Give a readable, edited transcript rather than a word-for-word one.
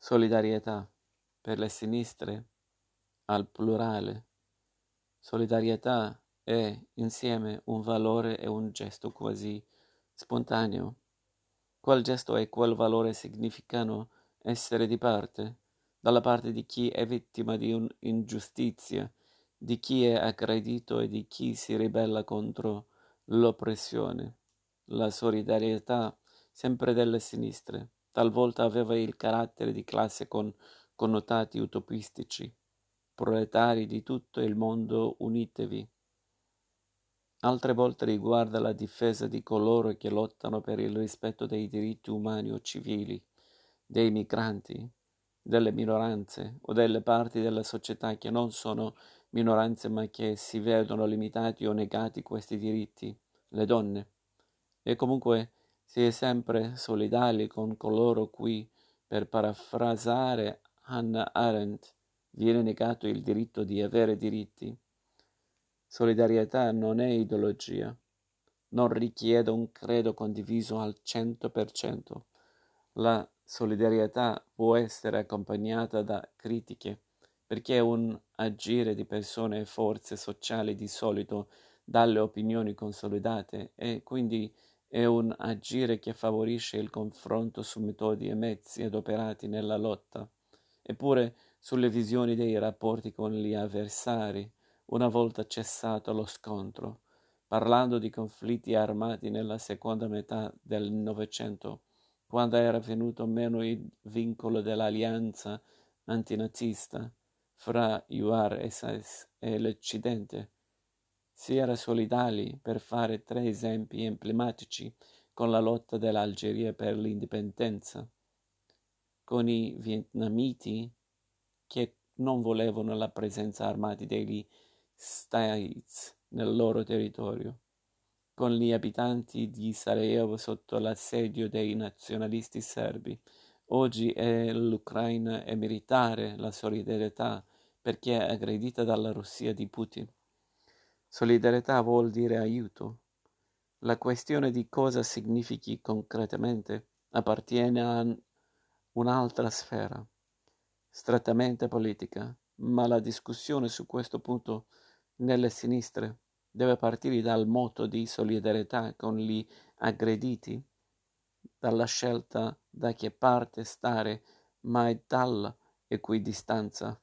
Solidarietà per le sinistre al plurale. Solidarietà è insieme un valore e un gesto quasi spontaneo. Quel gesto e quel valore significano essere di parte, dalla parte di chi è vittima di un'ingiustizia, di chi è aggredito e di chi si ribella contro l'oppressione. La solidarietà, sempre delle sinistre, talvolta aveva il carattere di classe con connotati utopistici. Proletari di tutto il mondo, unitevi. Altre volte riguarda la difesa di coloro che lottano per il rispetto dei diritti umani o civili, dei migranti, delle minoranze o delle parti della società che non sono minoranze ma che si vedono limitati o negati questi diritti, le donne. E comunque si è sempre solidali con coloro cui, per parafrasare Hannah Arendt, viene negato il diritto di avere diritti. Solidarietà non è ideologia, non richiede un credo condiviso al 100%. La solidarietà può essere accompagnata da critiche, perché è un agire di persone e forze sociali di solito dalle opinioni consolidate e quindi è un agire che favorisce il confronto su metodi e mezzi adoperati nella lotta, eppure sulle visioni dei rapporti con gli avversari, una volta cessato lo scontro, parlando di conflitti armati nella seconda metà del Novecento, quando era venuto meno il vincolo dell'alleanza antinazista fra URSS e l'Occidente. Si era solidali, per fare tre esempi emblematici, con la lotta dell'Algeria per l'indipendenza, con i vietnamiti che non volevano la presenza armata degli States nel loro territorio, con gli abitanti di Sarajevo sotto l'assedio dei nazionalisti serbi. Oggi l'Ucraina è militare la solidarietà perché è aggredita dalla Russia di Putin. Solidarietà vuol dire aiuto. La questione di cosa significhi concretamente appartiene a un'altra sfera, strettamente politica, ma la discussione su questo punto nelle sinistre deve partire dal motto di solidarietà con gli aggrediti, dalla scelta da che parte stare, ma dall'equidistanza.